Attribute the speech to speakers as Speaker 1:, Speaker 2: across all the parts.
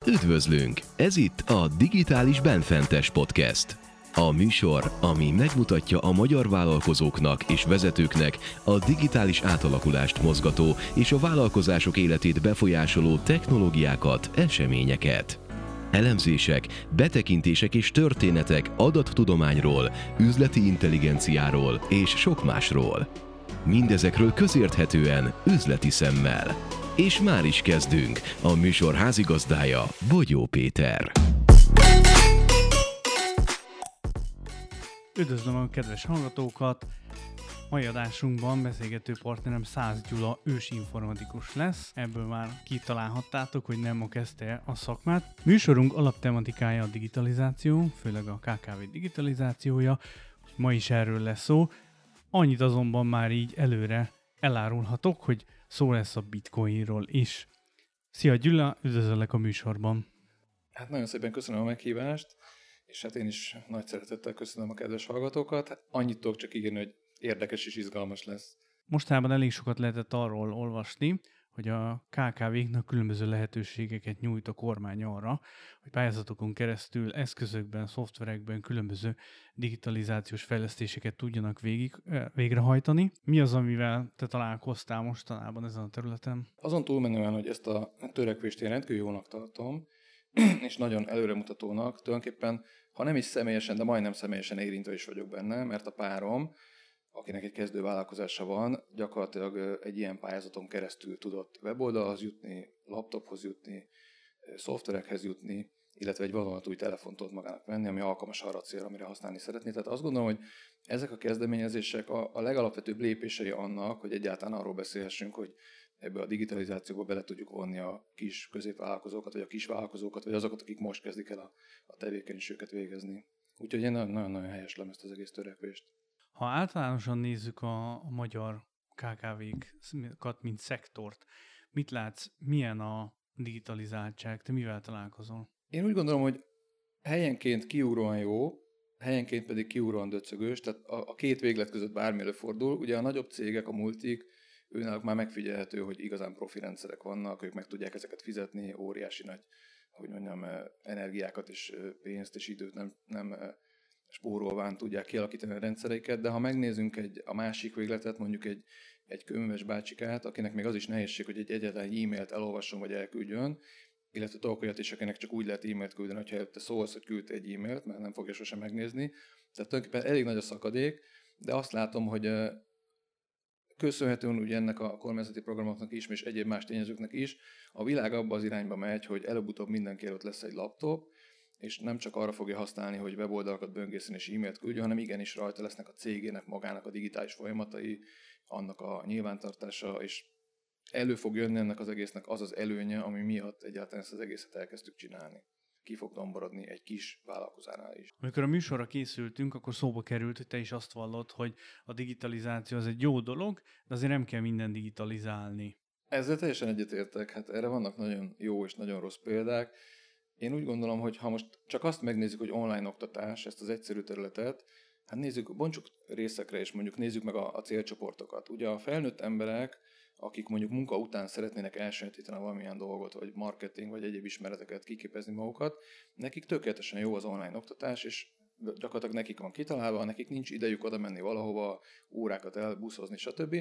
Speaker 1: Üdvözlünk! Ez itt a Digitális Benfentes Podcast. A műsor, ami megmutatja a magyar vállalkozóknak és vezetőknek a digitális átalakulást mozgató és a vállalkozások életét befolyásoló technológiákat, eseményeket. Elemzések, betekintések és történetek adattudományról, üzleti intelligenciáról és sok másról. Mindezekről közérthetően, üzleti szemmel. És már is kezdünk. A műsor házigazdája Bogyó Péter.
Speaker 2: Üdvözlöm a kedves hallgatókat! Mai adásunkban beszélgető partnerem Szász Gyula ősinformatikus lesz. Ebből már kitalálhattátok, hogy nem ma kezdte a szakmát. Műsorunk alaptematikája a digitalizáció, főleg a KKV digitalizációja. Ma is erről lesz szó. Annyit azonban már így előre elárulhatok, hogy szó lesz a bitcoinról is. Szia Gyula, üdvözöllek a műsorban.
Speaker 3: Hát nagyon szépen köszönöm a meghívást, és hát én is nagy szeretettel köszönöm a kedves hallgatókat. Hát annyit tudok csak ígérni, hogy érdekes és izgalmas lesz.
Speaker 2: Mostában elég sokat lehetett arról olvasni, hogy a KKV-knak különböző lehetőségeket nyújt a kormány arra, hogy pályázatokon keresztül, eszközökben, szoftverekben különböző digitalizációs fejlesztéseket tudjanak végrehajtani. Mi az, amivel te találkoztál mostanában ezen a területen?
Speaker 3: Azon túlmenően, hogy ezt a törekvést én rendkívül jónak tartom, és nagyon előremutatónak, tulajdonképpen, ha nem is személyesen, de majdnem személyesen érintve is vagyok benne, mert a párom, akinek egy kezdő vállalkozása van, gyakorlatilag egy ilyen pályázaton keresztül tudott weboldalhoz jutni, laptophoz jutni, szoftverekhez jutni, illetve egy vadonatúj telefont tudott magának venni, ami alkalmas arra a célra, amire használni szeretné. Tehát azt gondolom, hogy ezek a kezdeményezések a legalapvetőbb lépései annak, hogy egyáltalán arról beszélhessünk, hogy ebbe a digitalizációba bele tudjuk vonni a kis középvállalkozókat, vagy a kisvállalkozókat, vagy azokat, akik most kezdik el a tevékenységüket végezni. Úgyhogy én nagyon-nagyon helyeslem ezt az egész törekvést.
Speaker 2: Ha általánosan nézzük a magyar KKV-kat, mint szektort, mit látsz, milyen a digitalizáltság, te mivel találkozol?
Speaker 3: Én úgy gondolom, hogy helyenként kiugróan jó, helyenként pedig kiugróan döcögős, tehát a két véglet között bármi előfordul. Ugye a nagyobb cégek, a multik, őnáluk már megfigyelhető, hogy igazán profi rendszerek vannak, ők meg tudják ezeket fizetni, óriási nagy, hogy mondjam, energiákat és pénzt és időt nem spórolván tudják kialakítani a rendszereiket, de ha megnézzünk a másik végletet, mondjuk egy könyves bácsikát, akinek még az is nehézség, hogy egyetlen e-mailt elolvasson vagy elküldjön, illetve tudok olyat is, akinek csak úgy lehet e-mailt küldeni, hogyha előtte szólsz, hogy küldte egy e-mailt, mert nem fogja sosem megnézni. Tehát tulajdonképpen elég nagy a szakadék, de azt látom, hogy köszönhetően ugye ennek a kormányzati programoknak is, és egyéb más tényezőknek is, a világ abba az irányba megy, hogy előbb-utóbb mindenki előtt lesz egy laptop, és nem csak arra fogja használni, hogy weboldalakat böngészen és e-mailt küldjön, hanem igenis rajta lesznek a cégének magának a digitális folyamatai, annak a nyilvántartása, és elő fog jönni ennek az egésznek az az előnye, ami miatt egyáltalán ezt az egészet elkezdtük csinálni. Ki fog domborodni egy kis vállalkozásnál is.
Speaker 2: Amikor a műsorra készültünk, akkor szóba került, hogy te is azt vallod, hogy a digitalizáció az egy jó dolog, de azért nem kell minden digitalizálni.
Speaker 3: Ezzel teljesen egyetértek, hát erre vannak nagyon jó és nagyon rossz példák. Én úgy gondolom, hogy ha most csak azt megnézzük, hogy online oktatás, ezt az egyszerű területet, hát nézzük, bontsuk részekre, és mondjuk nézzük meg a célcsoportokat. Ugye a felnőtt emberek, akik mondjuk munka után szeretnének elsajátítani valamilyen dolgot, vagy marketing, vagy egyéb ismereteket kiképezni magukat, nekik tökéletesen jó az online oktatás, és gyakorlatilag nekik van kitalálva, nekik nincs idejük oda menni valahova, órákat elbuszozni, stb.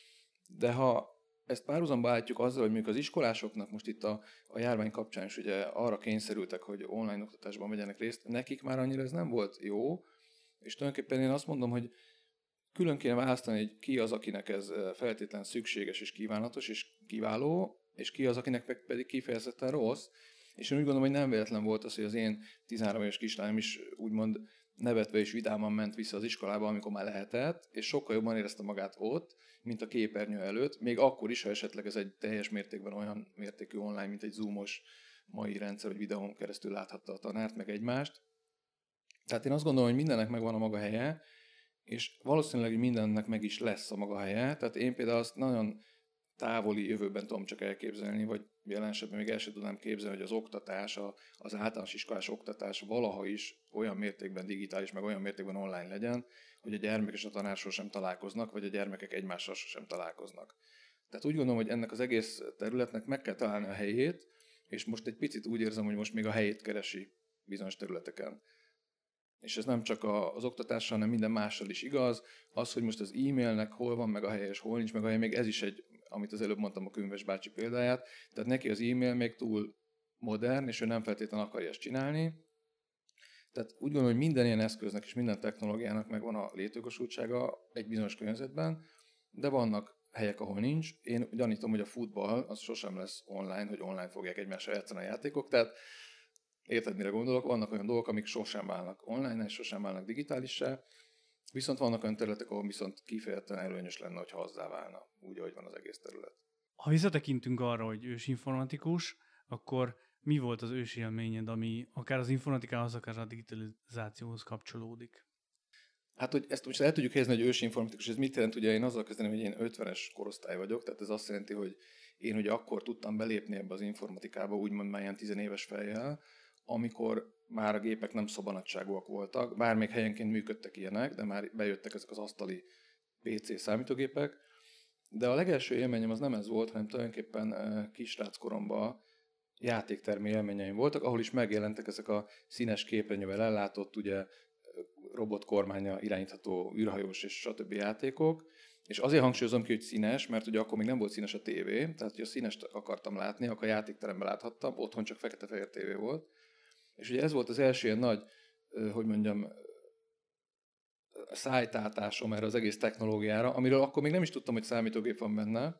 Speaker 3: De ha ezt párhuzamba állítjuk azzal, hogy mondjuk az iskolásoknak most itt a járvány kapcsán is ugye arra kényszerültek, hogy online oktatásban vegyenek részt, nekik már annyira ez nem volt jó, és tulajdonképpen én azt mondom, hogy külön kéne választani, hogy ki az, akinek ez feltétlen szükséges és kívánatos és kiváló, és ki az, akinek pedig kifejezetten rossz. És én úgy gondolom, hogy nem véletlen volt az, hogy az én 13 éves kislányom is úgymond nevetve és vidáman ment vissza az iskolába, amikor már lehetett, és sokkal jobban érezte magát ott, mint a képernyő előtt, még akkor is, ha esetleg ez egy teljes mértékben olyan mértékű online, mint egy zoomos mai rendszer, hogy videón keresztül láthatta a tanárt, meg egymást. Tehát én azt gondolom, hogy mindennek megvan a maga helye, és valószínűleg mindennek meg is lesz a maga helye. Tehát én például azt nagyon távoli jövőben tudom csak elképzelni, vagy jelen esetben még el sem tudnám képzelni, hogy az oktatás, az általános iskolás oktatás valaha is olyan mértékben digitális, meg olyan mértékben online legyen, hogy a gyermek és a tanár sosem találkoznak, vagy a gyermekek egymással sosem találkoznak. Tehát úgy gondolom, hogy ennek az egész területnek meg kell találni a helyét, és most egy picit úgy érzem, hogy most még a helyét keresi bizonyos területeken. És ez nem csak az oktatással, hanem minden mással is igaz. Az, hogy most az e-mailnek hol van meg a helye, és hol nincs meg a helye, még ez is egy, amit az előbb mondtam a Könyves bácsi példáját. Tehát neki az e-mail még túl modern, és ő nem feltétlenül akarja ezt csinálni. Tehát úgy gondolom, hogy minden ilyen eszköznek és minden technológiának megvan a létjogosultsága egy bizonyos környezetben, de vannak helyek, ahol nincs. Én gyanítom, hogy a futball az sosem lesz online, hogy online fogják egymással játszani a játékok, tehát érted, mire gondolok? Vannak olyan dolgok, amik sosem válnak online, és sosem válnak digitálissá, viszont vannak olyan területek, ahol viszont kifejezetten előnyös lenne, hogyha azzá válna, úgy, ahogy van az egész terület.
Speaker 2: Ha visszatekintünk arra, hogy ősinformatikus, akkor mi volt az ősélményed, ami akár az informatikához, akár a digitalizációhoz kapcsolódik?
Speaker 3: Hát, hogy ezt most el tudjuk helyezni, hogy ősinformatikus, ez mit jelent? Ugye én azzal kezdeném, hogy én 50-es korosztály vagyok, tehát ez azt jelenti, hogy én ugye akkor tudtam belépni ebbe az informatikába, úgymond már ilyen 10 éves fejjel, amikor már a gépek nem szobanagyságúak voltak, bár még helyenként működtek ilyenek, de már bejöttek ezek az asztali PC számítógépek. De a legelső élményem az nem ez volt, hanem tulajdonképpen kisráckoromban játéktermi élményeim voltak, ahol is megjelentek ezek a színes képernyővel ellátott, ugye robotkormánya irányítható űrhajós és stb. Játékok. És azért hangsúlyozom ki, hogy színes, mert ugye akkor még nem volt színes a tévé, tehát hogy a színest akartam látni, akkor a játékteremben láthattam, otthon csak fekete-fehér tévé volt. És ugye ez volt az első ilyen nagy, hogy mondjam, szájtátásom erre az egész technológiára, amiről akkor még nem is tudtam, hogy számítógép van benne.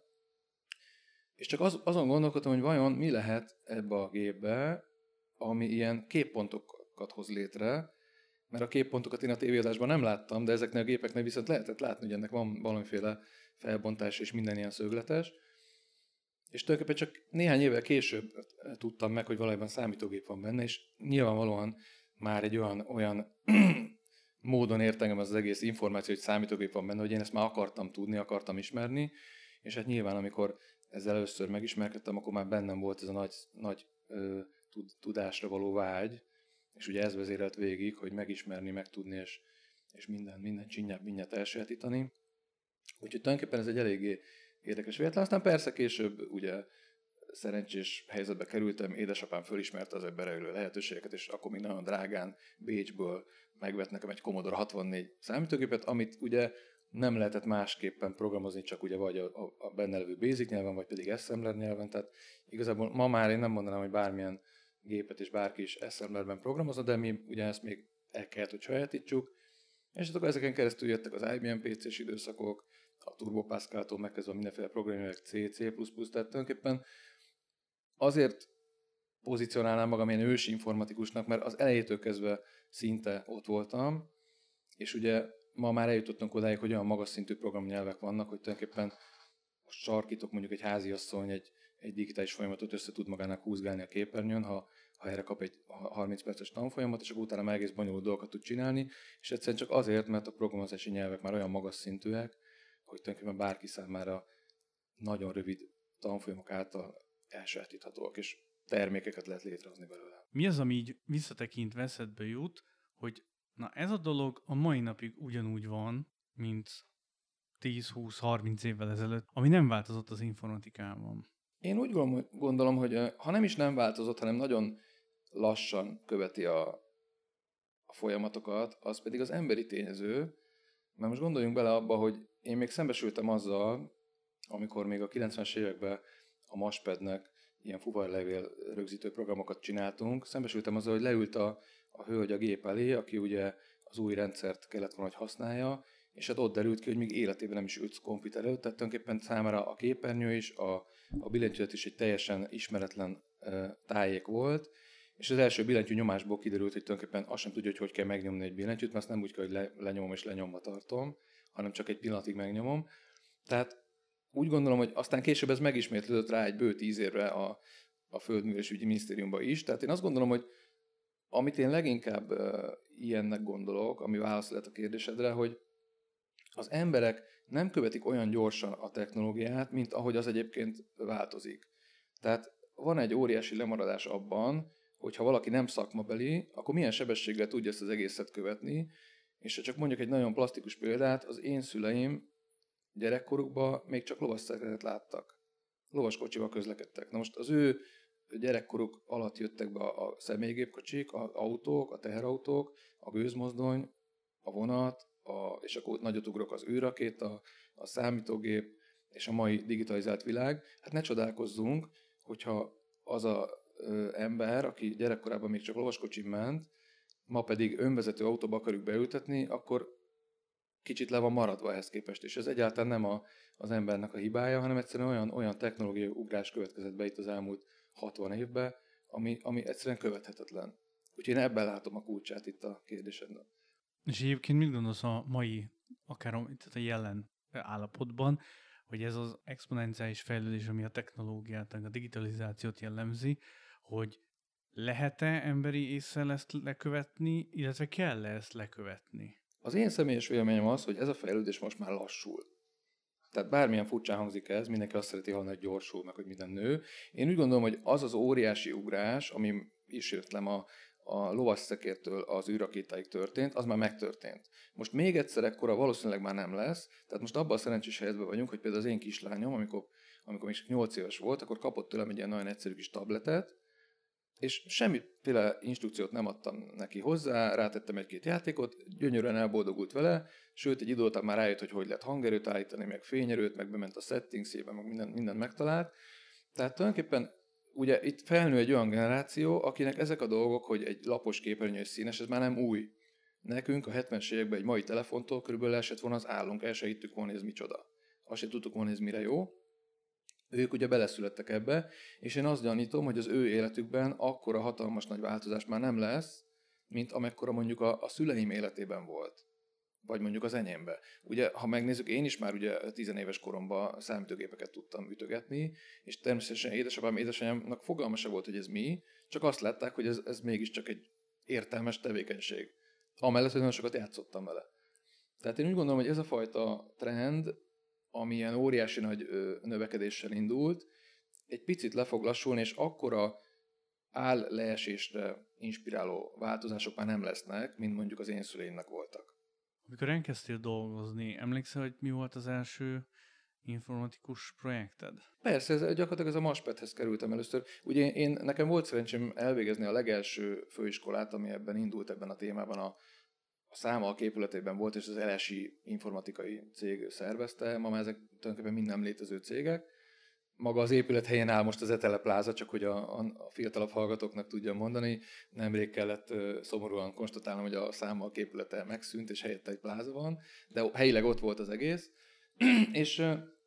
Speaker 3: És csak azon gondolkodtam, hogy vajon mi lehet ebbe a gépbe, ami ilyen képpontokat hoz létre, mert a képpontokat én a tévéadásban nem láttam, de ezeknek a gépeknek viszont lehetett látni, hogy ennek van valamiféle felbontás és minden ilyen szögletes. És tulajdonképpen csak néhány évvel később tudtam meg, hogy valójában számítógép van benne, és nyilvánvalóan már egy olyan módon ért engem az egész információ, hogy számítógép van benne, hogy én ezt már akartam tudni, akartam ismerni, és hát nyilván, amikor ezzel először megismerkedtem, akkor már bennem volt ez a nagy tudásra való vágy, és ugye ez vezérelt végig, hogy megismerni, megtudni, és minden csinyát elsajátítani. Úgyhogy tulajdonképpen ez egy eléggé érdekes véletlen. Aztán persze később ugye szerencsés helyzetbe kerültem, édesapám fölismerte az ebben rejlő lehetőségeket, és akkor még nagyon drágán Bécsből megvett nekem egy Commodore 64 számítógépet, amit ugye nem lehetett másképpen programozni, csak ugye vagy a benne levő Basic nyelven, vagy pedig assembler nyelven. Tehát igazából ma már én nem mondanám, hogy bármilyen gépet és bárki is assemblerben programozza, de mi ugye ezt még el kellett, hogy sajátítsuk. És akkor ezeken keresztül jöttek az IBM PC-s időszakok, a Turbo Pascal-tól megkezdve mindenféle programjövők, C++, tehát tulajdonképpen azért pozícionálnám magam ilyen ősi informatikusnak, mert az elejétől kezdve szinte ott voltam, és ugye ma már eljutottunk odáig, hogy olyan magas szintű programnyelvek vannak, hogy tulajdonképpen most sarkítok mondjuk egy háziasszony, egy digitális folyamatot össze tud magának húzgálni a képernyőn, ha erre kap egy 30 perces tanfolyamat, és akkor utána már egész bonyolult dolgokat tud csinálni, és egyszerűen csak azért, mert a programozási nyelvek már olyan magas szintűek, hogy tulajdonképpen bárki számára nagyon rövid tanfolyamok által elsajátíthatóak, és termékeket lehet létrehozni belőle.
Speaker 2: Mi az, ami így visszatekintve eszedbe jut, hogy na ez a dolog a mai napig ugyanúgy van, mint 10-20-30 évvel ezelőtt, ami nem változott az informatikában?
Speaker 3: Én úgy gondolom, hogy ha nem is nem változott, hanem nagyon lassan követi a folyamatokat, az pedig az emberi tényező, mert most gondoljunk bele abba, hogy én még szembesültem azzal, amikor még a 90-es években a Maspadnek ilyen fuvarlevél rögzítő programokat csináltunk, szembesültem azzal, hogy leült a hölgy a gép elé, aki ugye az új rendszert kellett volna, hogy használja, és hát ott derült ki, hogy még életében nem is ült komputer előtt, tehát tulajdonképpen számára a képernyő is, a billentyűzet is egy teljesen ismeretlen tájék volt, és az első billentyű nyomásból kiderült, hogy tulajdonképpen azt sem tudja, hogy kell megnyomni egy billentyűt, mert azt nem úgy kell, hogy lenyomom és lenyomva tartom, hanem csak egy pillanatig megnyomom. Tehát úgy gondolom, hogy aztán később ez megismétlődött rá egy bő 10 évre a Földművelésügyi Minisztériumban is. Tehát én azt gondolom, hogy amit én leginkább ilyennek gondolok, ami válasz lett a kérdésedre, hogy az emberek nem követik olyan gyorsan a technológiát, mint ahogy az egyébként változik. Tehát van egy óriási lemaradás abban, hogy ha valaki nem szakmabeli, akkor milyen sebességgel tudja ezt az egészet követni, és ha csak mondjuk egy nagyon plastikus példát, az én szüleim gyerekkorukban még csak lovasszeretet láttak. Lovaskocsival közlekedtek. Na most az ő gyerekkoruk alatt jöttek be a személygépkocsik, az autók, a teherautók, a gőzmozdony, a vonat, és akkor nagyot ugrok az űrrakéta, a számítógép és a mai digitalizált világ. Hát ne csodálkozzunk, hogyha az a ember, aki gyerekkorában még csak lovaskocsin ment, ma pedig önvezető autóba akarjuk beültetni, akkor kicsit le van maradva ehhez képest. És ez egyáltalán nem az embernek a hibája, hanem egyszerűen olyan technológiai ugrás következett be itt az elmúlt 60 évben, ami egyszerűen követhetetlen. Úgyhogy én ebben látom a kulcsát itt a kérdésedben.
Speaker 2: És egyébként mit gondolsz a mai, akár a jelen állapotban, hogy ez az exponenciális fejlődés, ami a technológiát, a digitalizációt jellemzi, hogy lehet-e emberi ésszel ezt lekövetni, illetve kell-e ezt lekövetni?
Speaker 3: Az én személyes véleményem az, hogy ez a fejlődés most már lassul. Tehát bármilyen furcsán hangzik ez, mindenki azt szereti hallani, hogy gyorsul, meg hogy minden nő. Én úgy gondolom, hogy az az óriási ugrás, ami ismétlem a lovasszekértől az űrrakétáig történt, az már megtörtént. Most még egyszer ekkora valószínűleg már nem lesz, tehát most abban a szerencsés helyzetben vagyunk, hogy például az én kislányom, amikor még csak 8 éves volt, akkor kapott tőlem egy ilyen nagyon egyszerű kis tabletet, és semmiféle instrukciót nem adtam neki hozzá, rátettem egy-két játékot, gyönyörűen elboldogult vele, sőt egy idő után már rájött, hogy lehet hangerőt állítani, meg fényerőt, meg bement a settingsébe, meg mindent megtalált. Tehát tulajdonképpen ugye itt felnő egy olyan generáció, akinek ezek a dolgok, hogy egy lapos képernyő és színes, ez már nem új. Nekünk a 70-es években egy mai telefontól körülbelül esett volna az állunk, el se hittük volna, ez micsoda. Azt se tudtuk volna, ez mire jó. Ők ugye beleszülettek ebbe, és én azt gyanítom, hogy az ő életükben akkora hatalmas nagy változás már nem lesz, mint amekkora mondjuk a szüleim életében volt. Vagy mondjuk az enyémbe. Ugye, ha megnézzük, én is már ugye 10 éves koromban számítógépeket tudtam ütögetni, és természetesen édesapám, édesanyámnak fogalma se volt, hogy ez mi, csak azt látták, hogy ez mégiscsak egy értelmes tevékenység. Amellett, hogy nagyon sokat játszottam vele. Tehát én úgy gondolom, hogy ez a fajta trend, ami ilyen óriási nagy növekedéssel indult, egy picit le fog lassulni, és akkora leesésre inspiráló változások már nem lesznek, mint mondjuk az én szüleimnek voltak.
Speaker 2: Amikor elkezdtél dolgozni, emlékszel, hogy mi volt az első informatikus projekted?
Speaker 3: Persze, gyakorlatilag ez a Maspedhez kerültem először. Ugye nekem volt szerencsém elvégezni a legelső főiskolát, ami ebben indult ebben a témában, a Száma a képületében volt, és az LSI informatikai cég szervezte. Ma már ezek tulajdonképpen mind nem létező cégek. Maga az épület helyen áll most az Etele Plaza, csak hogy a fiatalabb hallgatóknak tudjam mondani. Nemrég kellett szomorúan konstatálnom, hogy a Száma a képülete megszűnt, és helyette egy pláza van, de helyileg ott volt az egész. És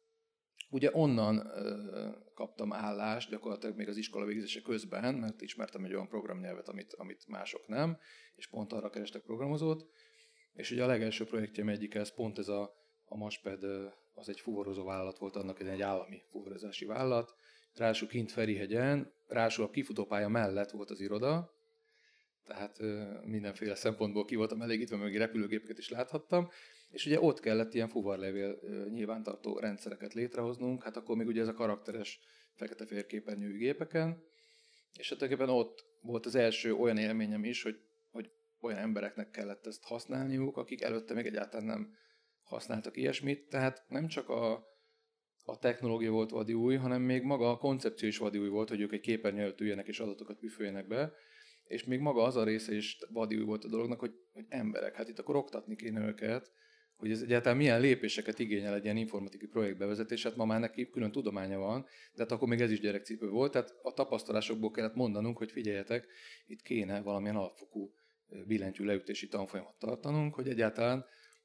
Speaker 3: ugye onnan kaptam állást, gyakorlatilag még az iskola végzése közben, mert ismertem egy olyan programnyelvet, amit mások nem, és pont arra kerestek programozót. És ugye a legelső projektjem egyike, ez pont ez a Masped, az egy fuvarozó vállalat volt, annak egy állami fuvarozási vállalat. Ráadásul kint Ferihegyen, ráadásul a kifutópálya mellett volt az iroda, tehát mindenféle szempontból ki voltam elégítve, meg repülőgépeket is láthattam, és ugye ott kellett ilyen fuvarlevél nyilvántartó rendszereket létrehoznunk, hát akkor még ugye ez a karakteres fekete-fehér képernyőjű gépeken, és hát tulajdonképpen ott volt az első olyan élményem is, hogy olyan embereknek kellett ezt használniuk, akik előtte még egyáltalán nem használtak ilyesmit, tehát nem csak a technológia volt vadi új, hanem még maga a koncepció is vadi új volt, hogy ők egy képernyő előtt üljenek és adatokat büföljenek be, és még maga az a része is vadi új volt a dolognak, hogy emberek, hát itt akkor oktatni kéne őket, hogy ez egyáltalán milyen lépéseket igényel egy ilyen informatikai projekt bevezetés, hát ma már neki külön tudománya van, de hát akkor még ez is gyerekcipő volt, tehát a tapasztalásokból kellett mondanunk, hogy figyeljetek, itt kéne valamilyen alapfokú billentyű leütési tanfolyamat tartanunk, hogy egyáltalán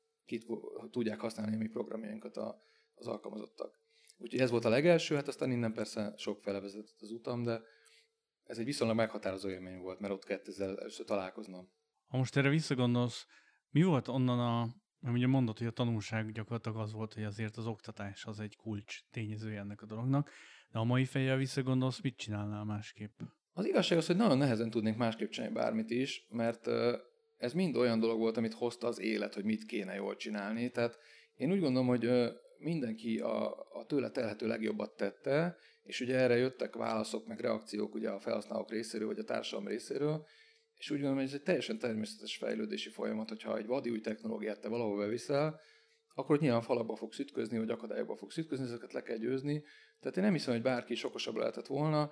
Speaker 3: tudják használni a mi programjainkat az alkalmazottak. Úgyhogy ez volt a legelső, hát aztán innen persze sok fele vezetett az utam, de ez egy viszonylag meghatározó élmény volt, mert ott kellett ezzel először találkoznom.
Speaker 2: Ha most erre visszagondolsz, mi volt onnan mert ugye mondod, hogy a tanulság gyakorlatilag az volt, hogy azért az oktatás az egy kulcs tényezője ennek a dolognak, de a mai fejjel visszagondolsz, mit csinálnál másképp?
Speaker 3: Az igazság az, hogy nagyon nehezen tudnék másképp csinálni bármit is, mert ez mind olyan dolog volt, amit hozta az élet, hogy mit kéne jól csinálni. Tehát én úgy gondolom, hogy mindenki a tőle telhető legjobbat tette, és ugye erre jöttek válaszok, meg reakciók ugye a felhasználók részéről, vagy a társadalom részéről, és úgy gondolom, hogy ez egy teljesen természetes fejlődési folyamat, hogyha egy vadi új technológiát te valahol beviszel, akkor nyilván falakba fogsz ütközni, vagy akadályokba fogsz ütközni, ezeket le kell győzni. Tehát én nem hiszem, hogy bárki sokosabb lehetett volna.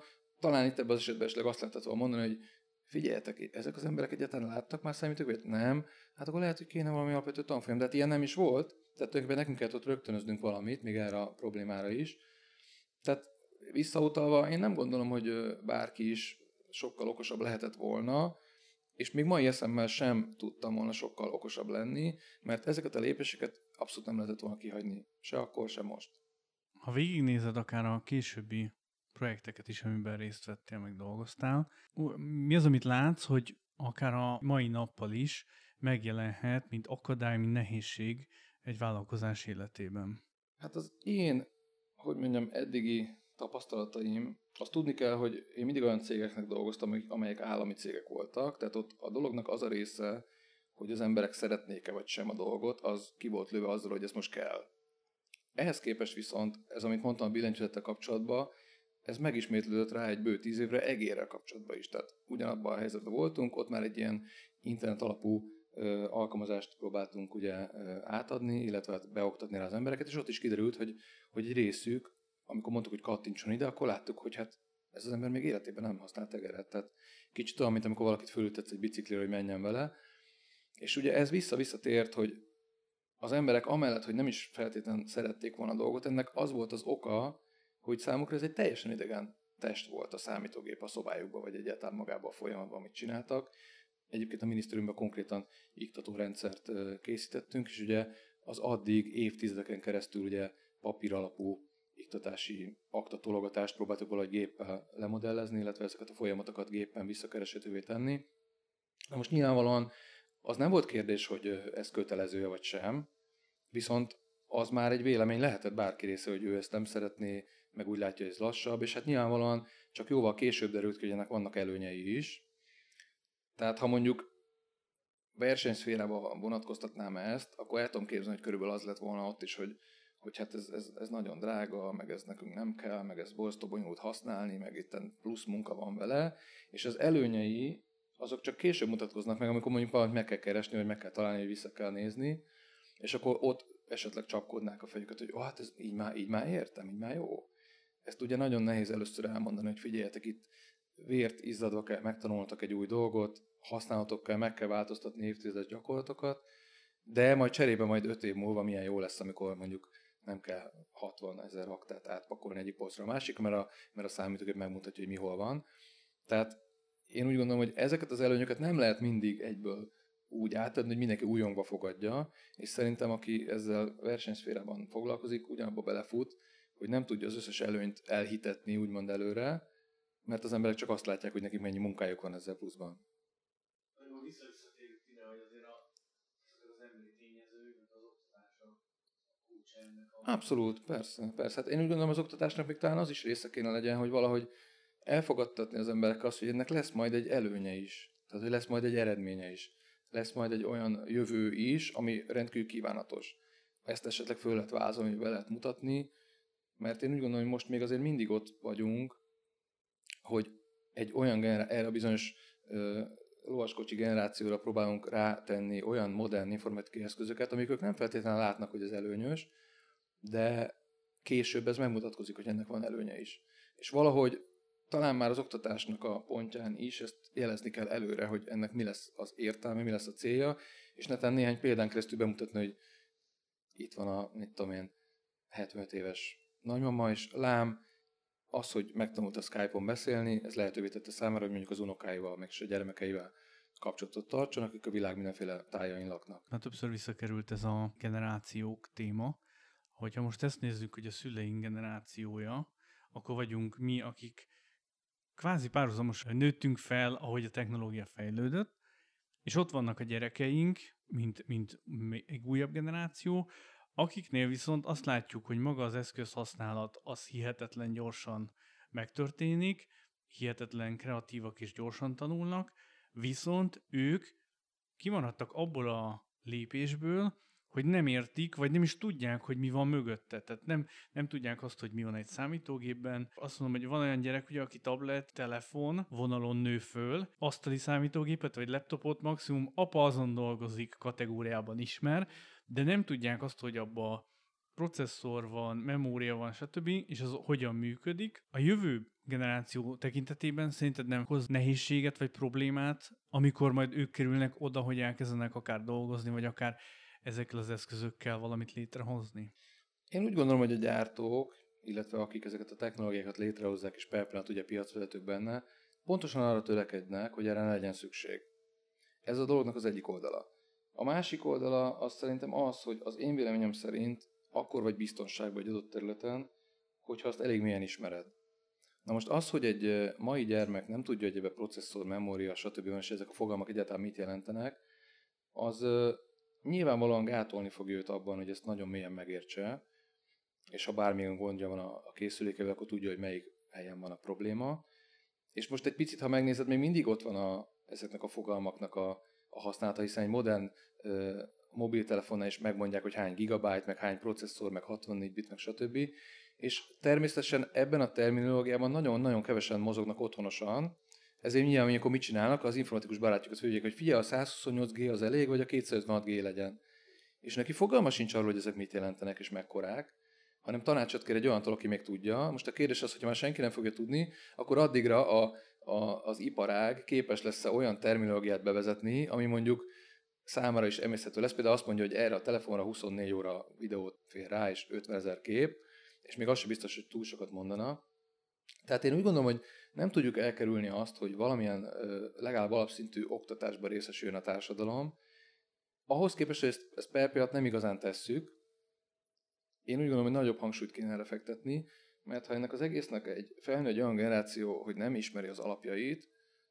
Speaker 3: talán itt ebben az esetben esetleg azt lehetett volna mondani, hogy figyeljetek, ezek az emberek egyáltalán láttak már számítógépet? Nem. Hát akkor lehet, hogy kéne valami alapvető tanfolyam, de hát ilyen nem is volt. Tehát tulajdonképpen nekünk kellett ott rögtönöznünk valamit, még erre a problémára is. Tehát visszautalva, én nem gondolom, hogy bárki is sokkal okosabb lehetett volna, és még mai eszemmel sem tudtam volna sokkal okosabb lenni, mert ezeket a lépéseket abszolút nem lehetett volna kihagyni. Se akkor, se most.
Speaker 2: Ha végignézed akár a későbbi projekteket is, amiben részt vettél, meg dolgoztál, mi az, amit látsz, hogy akár a mai nappal is megjelenhet, mint akadály, mint nehézség egy vállalkozás életében?
Speaker 3: Hát az én, hogy mondjam, eddigi tapasztalataim, azt tudni kell, hogy én mindig olyan cégeknek dolgoztam, amelyek állami cégek voltak, tehát ott a dolognak az a része, hogy az emberek szeretnék-e vagy sem a dolgot, az ki volt lőve azzal, hogy ez most kell. Ehhez képest viszont, ez amit mondtam a billentyűzettel kapcsolatban, ez megismétlődött rá egy bő 10 évre egérrel kapcsolatban is. Tehát ugyanabban a helyzetben voltunk, ott már egy ilyen internet alapú alkalmazást próbáltunk ugye átadni, illetve beoktatni rá az embereket, és ott is kiderült, hogy egy részük, amikor mondtuk, hogy kattintson ide, akkor láttuk, hogy hát ez az ember még életében nem használt egeret. Tehát kicsit olyan, mint amikor valakit fölültetsz egy biciklire, hogy menjen vele. És ugye ez visszatért, hogy az emberek amellett, hogy nem is feltétlenül szerették volna a dolgot, ennek az volt az oka, hogy számukra ez egy teljesen idegen test volt a számítógép a szobájukban, vagy egyáltalán magában a folyamatban, amit csináltak. Egyébként a minisztériumban konkrétan iktatórendszert készítettünk, és ugye az addig évtizedeken keresztül ugye papír alapú iktatási aktatologatást próbáltuk valahogy géppel lemodellezni, illetve ezeket a folyamatokat gépen visszakereshetővé tenni. Na most nyilvánvalóan az nem volt kérdés, hogy ez kötelező vagy sem, viszont az már egy vélemény lehetett bárki része, hogy ő ezt nem szeretné, meg úgy látja, hogy ez lassabb, és hát nyilvánvalóan csak jóval később derült ki, hogy ennek vannak előnyei is. Tehát ha mondjuk versenyszférában vonatkoztatnám ezt, akkor el tudom képzelni, hogy körülbelül az lett volna ott is, hogy hát ez nagyon drága, meg ez nekünk nem kell, meg ez borzasztó bonyolult használni, meg itt plusz munka van vele, és az előnyei azok csak később mutatkoznak meg, amikor mondjuk valamit meg kell keresni, vagy meg kell találni, hogy vissza kell nézni, és akkor ott esetleg csapkodnák a fejüket, hogy hát ez így már értem, így már jó. Ezt ugye nagyon nehéz először elmondani, hogy figyeljetek, itt vért izzadva kell, megtanultak egy új dolgot, használatokkal kell, meg kell változtatni évtizedes gyakorlatokat, de majd cserébe majd 5 év múlva milyen jó lesz, amikor mondjuk nem kell 60 000 aktát átpakolni egyik polcra a másik, mert a számítógép megmutatja, hogy mi hol van. Tehát én úgy gondolom, hogy ezeket az előnyöket nem lehet mindig egyből úgy átadni, hogy mindenki újongva fogadja, és szerintem aki ezzel versenyszférában foglalkozik, ugyanabba belefut, hogy nem tudja az összes előnyt elhitetni úgymond előre, mert az emberek csak azt látják, hogy nekik mennyi munkájuk van ezzel pluszban.
Speaker 2: Visszatérjük ide, hogy azért az emberi tényezők, az oktatás a kulcs ennek a...
Speaker 3: Abszolút, persze. Hát én úgy gondolom, az oktatásnak még talán az is része kéne legyen, hogy valahogy elfogadtatni az emberek azt, hogy ennek lesz majd egy előnye is. Tehát, hogy lesz majd egy eredménye is. Lesz majd egy olyan jövő is, ami rendkívül kívánatos. Ezt esetleg föl lehet vázolni, be lehet mutatni, mert én úgy gondolom, hogy most még azért mindig ott vagyunk, hogy egy olyan erre a bizonyos lovaskocsi generációra próbálunk rátenni olyan modern informatikai eszközöket, amik ők nem feltétlenül látnak, hogy ez előnyös, de később ez megmutatkozik, hogy ennek van előnye is. És valahogy talán már az oktatásnak a pontján is ezt jelezni kell előre, hogy ennek mi lesz az értelme, mi lesz a célja, és netán néhány példán keresztül bemutatni, hogy itt van a, 75 éves nagymama, és lám, az, hogy megtanult a Skype-on beszélni, ez lehetővé tette számára, hogy mondjuk az unokáival, meg a gyermekeivel kapcsolatot tartson, akik a világ mindenféle tájain laknak.
Speaker 2: Na, többször visszakerült ez a generációk téma, hogyha most ezt nézzük, hogy a szüleink generációja, akkor vagyunk mi, akik kvázi párhuzamosan nőttünk fel, ahogy a technológia fejlődött, és ott vannak a gyerekeink, mint egy újabb generáció, akiknél viszont azt látjuk, hogy maga az eszközhasználat az hihetetlen gyorsan megtörténik, hihetetlen kreatívak és gyorsan tanulnak, viszont ők kimaradtak abból a lépésből, hogy nem értik, vagy nem is tudják, hogy mi van mögötte. Tehát nem tudják azt, hogy mi van egy számítógépben. Azt mondom, hogy van olyan gyerek, ugye, aki tablet, telefon, vonalon nő föl, asztali számítógépet, vagy laptopot maximum apa azon dolgozik kategóriában ismer, de nem tudják azt, hogy abba processzor van, memória van, stb., és az hogyan működik. A jövő generáció tekintetében szerinted nem hoz nehézséget vagy problémát, amikor majd ők kerülnek oda, hogy elkezdenek akár dolgozni, vagy akár ezekkel az eszközökkel valamit létrehozni?
Speaker 3: Én úgy gondolom, hogy a gyártók, illetve akik ezeket a technológiákat létrehozzák, és per pillanat ugye piacvezetők benne, pontosan arra törekednek, hogy erre ne legyen szükség. Ez a dolognak az egyik oldala. A másik oldala az szerintem az, hogy az én véleményem szerint akkor vagy biztonságban egy adott területen, hogyha azt elég mélyen ismered. Na most az, hogy egy mai gyermek nem tudja, hogy ebbe processzor, memória, stb. És ezek a fogalmak egyáltalán mit jelentenek, az nyilvánvalóan gátolni fog őt abban, hogy ezt nagyon mélyen megértse, és ha bármilyen gondja van a készülékével, akkor tudja, hogy melyik helyen van a probléma. És most egy picit, ha megnézed, még mindig ott van ezeknek a fogalmaknak a használata, hiszen egy modern mobiltelefonnál is megmondják, hogy hány gigabyte, meg hány processzor, meg 64 bit, meg stb. És természetesen ebben a terminológiában nagyon-nagyon kevesen mozognak otthonosan, ezért nyilván, amikor mit csinálnak, az informatikus barátjukat figyeljék, hogy figyelj, a 128G az elég, vagy a 256G legyen. És neki fogalma sincs arról, hogy ezek mit jelentenek és mekkorák, hanem tanácsot kér egy olyantól, aki még tudja. Most a kérdés az, hogyha már senki nem fogja tudni, akkor addigra az iparág képes lesz olyan terminológiát bevezetni, ami mondjuk számára is emészhető lesz. Például azt mondja, hogy erre a telefonra 24 óra videót fér rá, és 50 000 kép, és még az sem biztos, hogy túl sokat mondana. Tehát én úgy gondolom, hogy nem tudjuk elkerülni azt, hogy valamilyen legalább alapszintű oktatásban részesüljön a társadalom. Ahhoz képest, hogy ezt per pillanat nem igazán tesszük, én úgy gondolom, hogy nagyobb hangsúlyt kéne erre fektetni, mert ha ennek az egésznek egy felnő egy olyan generáció, hogy nem ismeri az alapjait,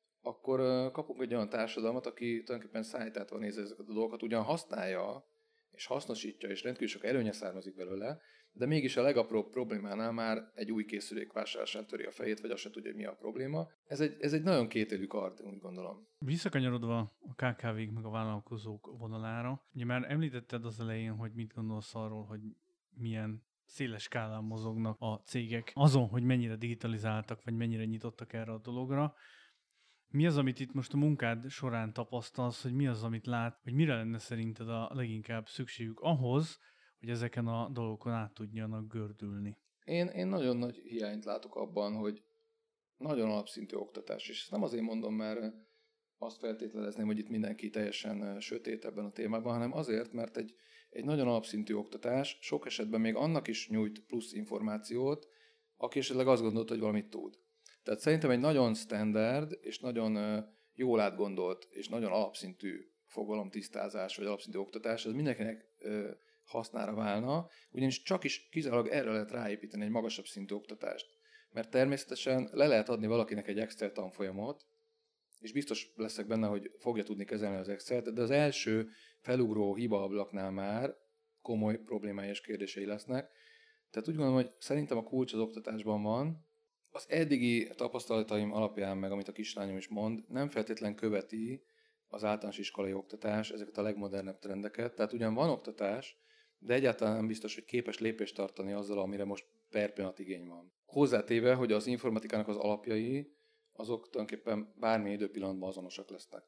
Speaker 3: akkor kapunk egy olyan társadalmat, aki tulajdonképpen szájtátva nézi ezeket a dolgokat, ugyan használja, és hasznosítja, és rendkívül sok előnye származik belőle, de mégis a legapróbb problémánál már egy új készülék vásárlásán töri a fejét, vagy azt sem tudja, hogy mi a probléma. Ez egy nagyon kétélű kard, úgy gondolom.
Speaker 2: Visszakanyarodva a KKV-k meg a vállalkozók vonalára, ugye már említetted az elején, hogy mit gondolsz arról, hogy milyen széles skálán mozognak a cégek azon, hogy mennyire digitalizáltak, vagy mennyire nyitottak erre a dologra. Mi az, amit itt most a munkád során tapasztalsz, hogy mi az, amit lát, hogy mire lenne szerinted a leginkább szükségük ahhoz, hogy ezeken a dolgokon át tudjanak gördülni?
Speaker 3: Én nagyon nagy hiányt látok abban, hogy nagyon alapszintű oktatás, és ezt nem azért mondom, mert azt feltételezném, hogy itt mindenki teljesen sötét ebben a témában, hanem azért, mert egy nagyon alapszintű oktatás sok esetben még annak is nyújt plusz információt, aki esetleg azt gondolta, hogy valamit tud. Tehát szerintem egy nagyon standard és nagyon jól átgondolt és nagyon alapszintű fogalomtisztázás vagy alapszintű oktatás, az mindenkinek hasznára válna, ugyanis csak is kizárólag erre lehet ráépíteni egy magasabb szintű oktatást. Mert természetesen le lehet adni valakinek egy Excel tanfolyamot, és biztos leszek benne, hogy fogja tudni kezelni az Excel-t, de az első felugró hibaablaknál már komoly problémái és kérdései lesznek. Tehát úgy gondolom, hogy szerintem a kulcs az oktatásban van. Az eddigi tapasztalataim alapján, meg amit a kislányom is mond, nem feltétlen követi az általános iskolai oktatás ezeket a legmodernebb trendeket. Tehát ugyan van oktatás, de egyáltalán nem biztos, hogy képes lépést tartani azzal, amire most per pillanat igény van. Hozzátéve, hogy az informatikának az alapjai, azok tulajdonképpen bármilyen időpillanatban azonosak lesznek.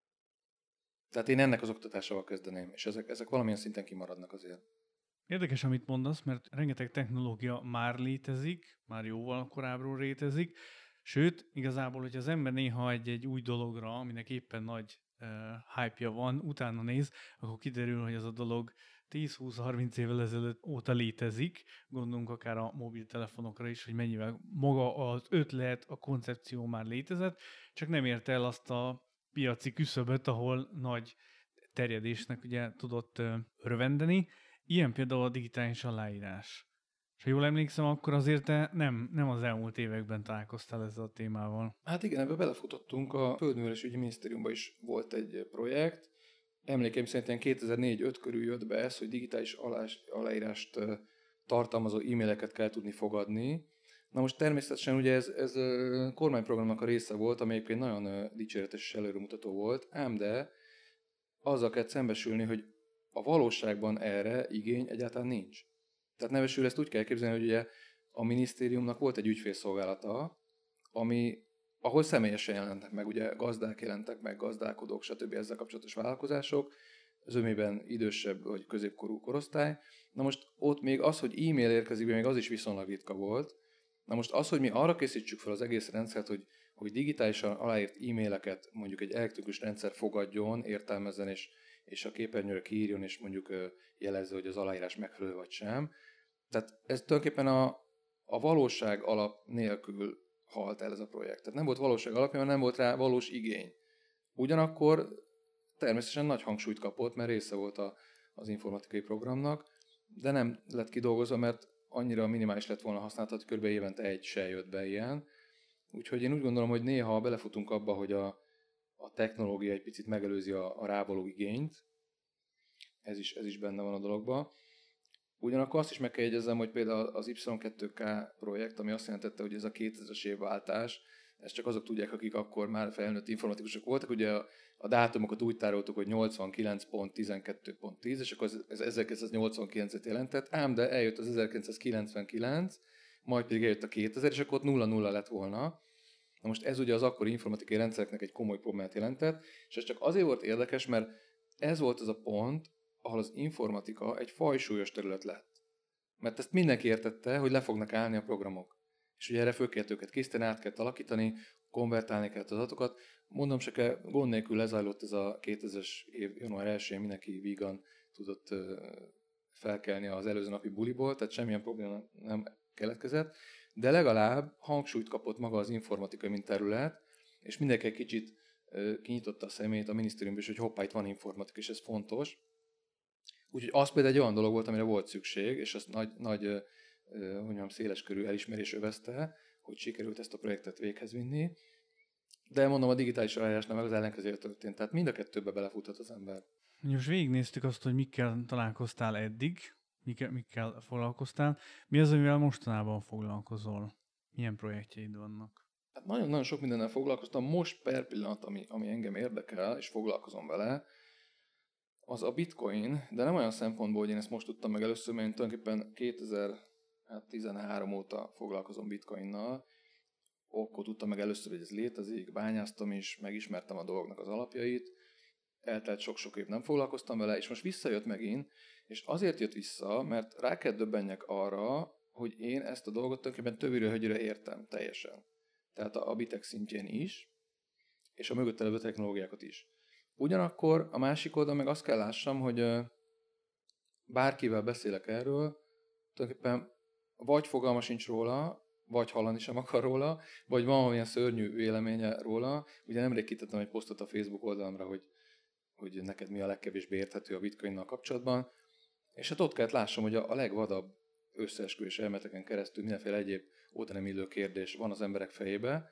Speaker 3: Tehát én ennek az oktatásával kezdeném, és ezek valamilyen szinten kimaradnak azért.
Speaker 2: Érdekes, amit mondasz, mert rengeteg technológia már létezik, már jóval korábbról létezik, sőt, igazából, hogy az ember néha egy új dologra, aminek éppen nagy hype-ja van, utána néz, akkor kiderül, hogy az a dolog 10-20-30 évvel ezelőtt óta létezik, gondolunk akár a mobiltelefonokra is, hogy mennyivel maga az ötlet, a koncepció már létezett, csak nem érte el azt a piaci küszöböt, ahol nagy terjedésnek ugye tudott örvendeni. Ilyen például a digitális aláírás. És ha jól emlékszem, akkor azért te nem az elmúlt években találkoztál ezzel a témával.
Speaker 3: Hát igen, ebbe belefutottunk, a Földművelésügyi Minisztériumban is volt egy projekt. Emlékeim szerint 2004-5 körül jött be ez, hogy digitális aláírást tartalmazó e-maileket kell tudni fogadni. Na most természetesen ugye ez kormányprogramnak a része volt, ami egyébként nagyon dicséretes és előremutató volt, ám de azzal kell szembesülni, hogy a valóságban erre igény egyáltalán nincs. Tehát nevesül ezt úgy kell képzelni, hogy ugye a minisztériumnak volt egy ügyfélszolgálata, ahol személyesen jelentek meg, ugye gazdák jelentek meg, gazdálkodók, stb. Ezzel kapcsolatos vállalkozások, zömében idősebb vagy középkorú korosztály. Na most ott még az, hogy e-mail érkezik be, még az is viszonylag ritka volt. Na most az, hogy mi arra készítsük fel az egész rendszert, hogy digitálisan aláírt e-maileket mondjuk egy elektronikus rendszer fogadjon, értelmezzen, és a képernyőre kiírjon, és mondjuk jelezze, hogy az aláírás megfelelő vagy sem. Tehát ez tulajdonképpen a valóság alap nélkül halt el ez a projekt. Tehát nem volt valóság alapja, mert nem volt rá valós igény. Ugyanakkor természetesen nagy hangsúlyt kapott, mert része volt az informatikai programnak, de nem lett kidolgozva, mert annyira minimális lett volna használat, hogy kb. Évente egy se jött be ilyen. Úgyhogy én úgy gondolom, hogy néha belefutunk abba, hogy a technológia egy picit megelőzi a rávaló igényt. Ez is benne van a dologban. Ugyanakkor azt is meg kell jegyezzem, hogy például az Y2K projekt, ami azt jelentette, hogy ez a 2000-es évváltás, ezt csak azok tudják, akik akkor már felnőtt informatikusok voltak. Ugye a dátumokat úgy tároltuk, hogy 89.12.10, és akkor ez 1989-et jelentett, ám de eljött az 1999, majd pedig eljött a 2000, és akkor ott 0-0 lett volna. Na most ez ugye az akkori informatikai rendszereknek egy komoly problémát jelentett, és ez csak azért volt érdekes, mert ez volt az a pont, ahol az informatika egy fajsúlyos terület lett. Mert ezt mindenki értette, hogy le fognak állni a programok. És ugye erre föl kellett őket készíteni, át kellett alakítani, konvertálni kellett az adatokat. Mondom se kell, gond nélkül lezajlott ez a 2000-es év január 1-én, mindenki vígan tudott felkelni az előző napi buliból, tehát semmilyen probléma nem keletkezett, de legalább hangsúlyt kapott maga az informatika, mint terület, és mindenki egy kicsit kinyitotta a szemét a minisztériumban is, hogy hoppá, itt van informatika, és ez fontos. Úgyhogy az például egy olyan dolog volt, amire volt szükség, és azt nagy széleskörű elismerés övezte, hogy sikerült ezt a projektet véghez vinni. De mondom, a digitális aláírásnál meg az ellenkezője történt. Tehát mind a kettőbe belefuthat az ember.
Speaker 2: Most végignéztük azt, hogy mikkel találkoztál eddig, mikkel foglalkoztál. Mi az, amivel mostanában foglalkozol? Milyen projektjeid vannak?
Speaker 3: Hát nagyon-nagyon sok mindennel foglalkoztam. Most per pillanat, ami engem érdekel, és foglalkozom vele, az a bitcoin, de nem olyan szempontból, hogy én ezt most tudtam meg először, mert én tulajdonképpen 2013 óta foglalkozom bitcoinnal. Akkor tudtam meg először, hogy ez létezik, bányáztam is, megismertem a dolgoknak az alapjait, eltelt sok-sok év, nem foglalkoztam vele, és most visszajött megint, és azért jött vissza, mert rá kell döbbenjek arra, hogy én ezt a dolgot tulajdonképpen többire högyre értem teljesen. Tehát a Bitex szintjén is, és a mögötte levő technológiákat is. Ugyanakkor a másik oldalon meg azt kell lássam, hogy bárkivel beszélek erről, tulajdonképpen vagy fogalma sincs róla, vagy hallani sem akar róla, vagy van olyan szörnyű véleménye róla. Ugye nemrég kitettem egy posztot a Facebook oldalamra, hogy neked mi a legkevésbé érthető a bitcoinnal kapcsolatban, és hát ott kellett lássam, hogy a legvadabb összeesküvés elméleteken keresztül mindenféle egyéb óta nem illő kérdés van az emberek fejébe,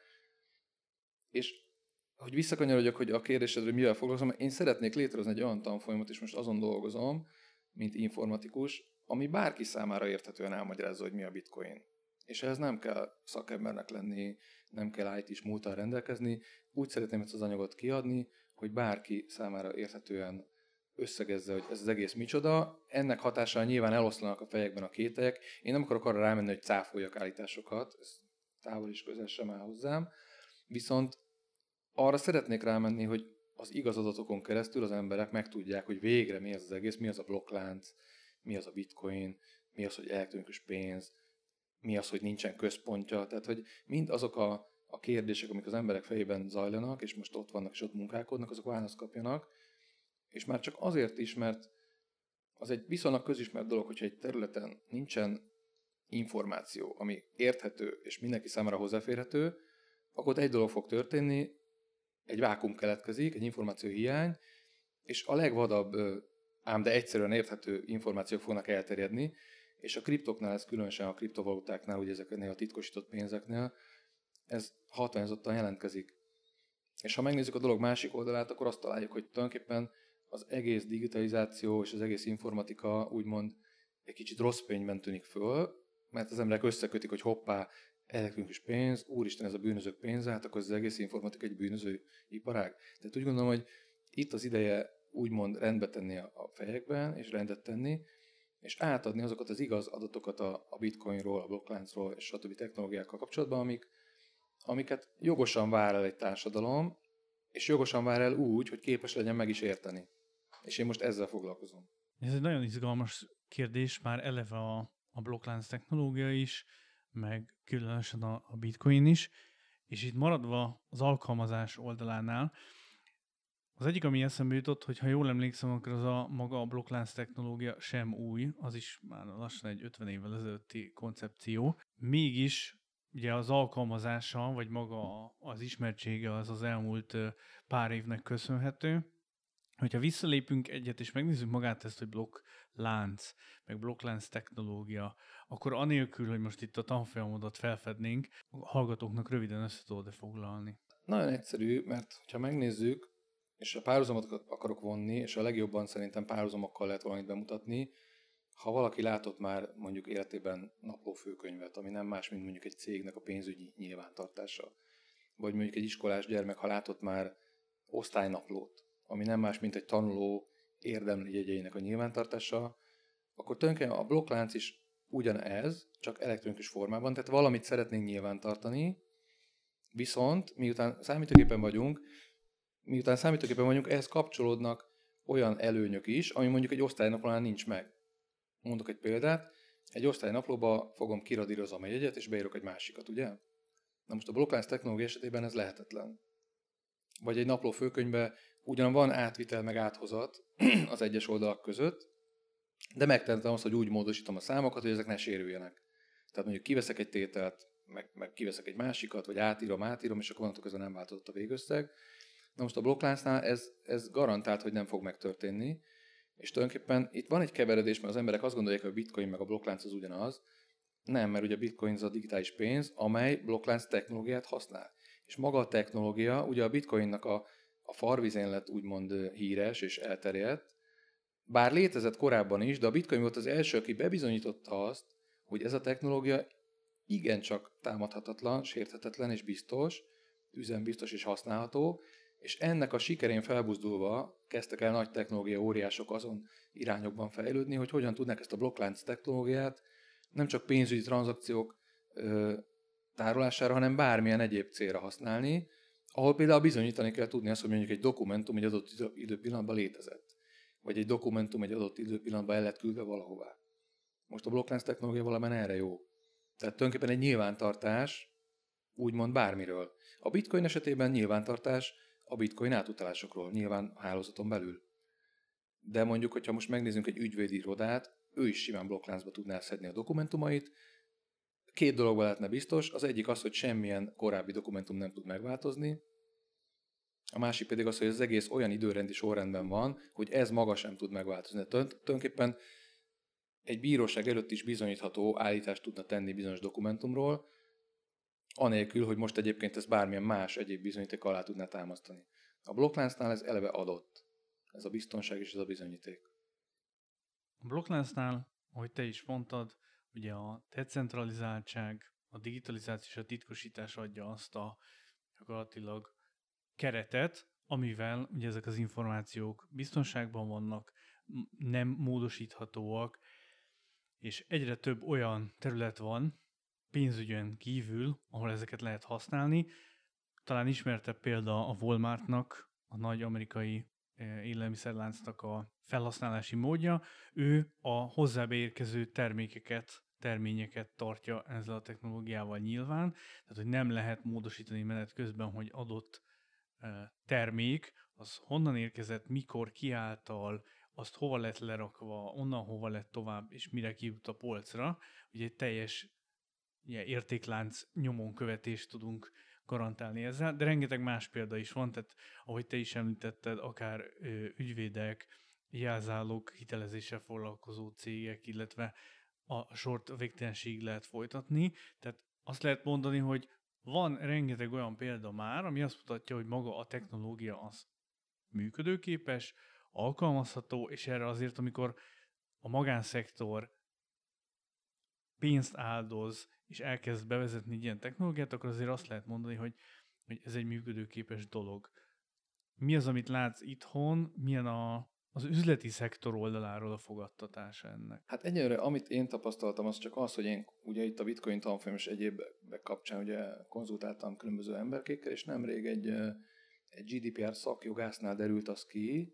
Speaker 3: és hogy visszakanyarodjak, hogy a kérdésedre mivel foglalkozom, én szeretnék létrehozni egy olyan tanfolyamot, és most azon dolgozom, mint informatikus, ami bárki számára érthetően elmagyarázza, hogy mi a bitcoin. És ehhez nem kell szakembernek lenni, nem kell IT-s múlttal rendelkezni, úgy szeretném ezt az anyagot kiadni, hogy bárki számára érthetően összegezze, hogy ez az egész micsoda. Ennek hatására nyilván eloszlanak a fejekben a kételyek. Én nem akarok arra rámenni, hogy cáfoljak állításokat, ez távol is közel sem áll hozzám, viszont arra szeretnék rámenni, hogy az igaz adatokon keresztül az emberek megtudják, hogy végre mi az egész, mi az a blokklánc, mi az a bitcoin, mi az, hogy elektronikus pénz, mi az, hogy nincsen központja. Tehát, hogy mind azok a kérdések, amik az emberek fejében zajlanak, és most ott vannak és ott munkálkodnak, azok választ kapjanak. És már csak azért is, mert az egy viszonylag közismert dolog, hogyha egy területen nincsen információ, ami érthető és mindenki számára hozzáférhető, akkor egy dolog fog történni, egy vákum keletkezik, egy információ hiány, és a legvadabb, ám de egyszerűen érthető információk fognak elterjedni, és a kriptoknál, ez különösen a kriptovalutáknál, ugye ezeknél a titkosított pénzeknél, ez hatványozottan jelentkezik. És ha megnézzük a dolog másik oldalát, akkor azt találjuk, hogy tulajdonképpen az egész digitalizáció és az egész informatika úgymond egy kicsit rossz fényben tűnik föl, mert az emberek összekötik, hogy hoppá, elektronikus pénz, úristen, ez a bűnözők pénze, hát akkor az egész informatika egy bűnöző iparág. Tehát úgy gondolom, hogy itt az ideje úgymond rendbe tenni a fejekben, és rendet tenni, és átadni azokat az igaz adatokat a bitcoinról, a blokkláncról és stb. Technológiákkal kapcsolatban, amiket jogosan vár el egy társadalom, és jogosan vár el úgy, hogy képes legyen meg is érteni. és én most ezzel foglalkozom.
Speaker 2: Ez egy nagyon izgalmas kérdés, már eleve a blokklánc technológia is, meg különösen a bitcoin is, és itt maradva az alkalmazás oldalánál, az egyik, ami eszembe jutott, hogy ha jól emlékszem, akkor az maga a blokklánc technológia sem új, az is már lassan egy 50 évvel ezelőtti koncepció. Mégis ugye az alkalmazása, vagy maga az ismertsége az elmúlt pár évnek köszönhető. Hogyha visszalépünk egyet, és megnézzük magát ezt, hogy blokklánc, meg blokklánc technológia, akkor anélkül, hogy most itt a tanfolyamodat felfednénk, a hallgatóknak röviden össze tudod foglalni.
Speaker 3: Nagyon egyszerű, mert ha megnézzük, és a párhuzamokat akarok vonni, és a legjobban szerintem párhuzamokkal lehet valamit bemutatni, ha valaki látott már mondjuk életében naplófőkönyvet, ami nem más, mint mondjuk egy cégnek a pénzügyi nyilvántartása, vagy mondjuk egy iskolás gyermek, ha látott már osztálynaplót, ami nem más, mint egy tanuló érdemli jegyeinek a nyilvántartása, akkor tulajdonképpen a blokklánc is ugyanez, csak elektronikus formában, tehát valamit szeretnénk nyilvántartani, viszont miután számítógépen vagyunk, ehhez kapcsolódnak olyan előnyök is, ami mondjuk egy osztálynaplónál nincs meg. Mondok egy példát, egy osztálynaplóba fogom kiradírozom egy jegyet, és beírok egy másikat, ugye? Na most a blokklánc technológia esetében ez lehetetlen. Vagy egy napló főkönyvbe ugyan van átvitel meg áthozat az egyes oldalak között, de megtehetem azt, hogy úgy módosítom a számokat, hogy ezek ne sérüljenek. Tehát mondjuk kiveszek egy tételt, meg kiveszek egy másikat, vagy átírom, és akkor onnantól közben nem változott a végösszeg. Na most a blokkláncnál ez garantált, hogy nem fog megtörténni, és tulajdonképpen itt van egy keveredés, mert az emberek azt gondolják, hogy a bitcoin meg a blokklánc az ugyanaz. Nem, mert ugye a bitcoin az a digitális pénz, amely blokklánc technológiát használ. És maga a technológia, ugye a bitcoinnak a farvizén lett úgymond híres és elterjedt, bár létezett korábban is, de a bitcoin volt az első, aki bebizonyította azt, hogy ez a technológia igencsak támadhatatlan, sérthetetlen és biztos, üzembiztos és használható, és ennek a sikerén felbuzdulva kezdtek el nagy technológia óriások azon irányokban fejlődni, hogy hogyan tudnak ezt a blokklánc technológiát nem csak pénzügyi tranzakciók tárolására, hanem bármilyen egyéb célra használni, ahol például bizonyítani kell tudni azt, hogy mondjuk egy dokumentum egy adott időpillanatban létezett, vagy egy dokumentum egy adott időpillanatban el lett küldve valahová. Most a blokklánc technológia valamiben erre jó. Tehát tulajdonképpen egy nyilvántartás, úgymond bármiről. A bitcoin esetében nyilvántartás a bitcoin átutalásokról, nyilván a hálózaton belül. De mondjuk, hogyha most megnézzünk egy ügyvédi irodát, ő is simán blokkláncba tudná szedni a dokumentumait. Két dologban lehetne biztos, az egyik az, hogy semmilyen korábbi dokumentum nem tud megváltozni, a másik pedig az, hogy az egész olyan időrendi sorrendben van, hogy ez maga sem tud megváltozni. Tulajdonképpen egy bíróság előtt is bizonyítható állítást tudna tenni bizonyos dokumentumról, anélkül, hogy most egyébként ez bármilyen más egyéb bizonyíték alá tudná támasztani. A blokkláncnál ez eleve adott. Ez a biztonság és ez a bizonyíték.
Speaker 2: A blokkláncnál, ahogy te is mondtad, ugye a decentralizáltság, a digitalizáció és a titkosítás adja azt a gyakorlatilag keretet, amivel ugye ezek az információk biztonságban vannak, nem módosíthatóak, és egyre több olyan terület van, pénzügyen kívül, ahol ezeket lehet használni. Talán ismertebb példa a Walmartnak, a nagy amerikai élelmiszerláncnak a felhasználási módja. Ő a hozzábeérkező terményeket tartja ezzel a technológiával nyilván, tehát hogy nem lehet módosítani menet közben, hogy adott termék, az honnan érkezett, mikor, ki által, azt hova lett lerakva, onnan hova lett tovább, és mire kijut a polcra. Ugye egy teljes értéklánc nyomon követést tudunk garantálni ezzel, de rengeteg más példa is van, tehát ahogy te is említetted, akár ügyvédek, jelzálók hitelezéssel foglalkozó cégek, illetve a sort végtelenség lehet folytatni, tehát azt lehet mondani, hogy van rengeteg olyan példa már, ami azt mutatja, hogy maga a technológia az működőképes, alkalmazható, és erre azért, amikor a magánszektor pénzt áldoz, és elkezd bevezetni ilyen technológiát, akkor azért azt lehet mondani, hogy ez egy működőképes dolog. Mi az, amit látsz itthon, milyen az üzleti szektor oldaláról a fogadtatása ennek?
Speaker 3: Hát egyelőre, amit én tapasztaltam, az csak az, hogy én ugye itt a Bitcoin tanfolyam és egyébek kapcsán ugye konzultáltam különböző emberkékkel, és nemrég egy GDPR szakjogásznál derült az ki,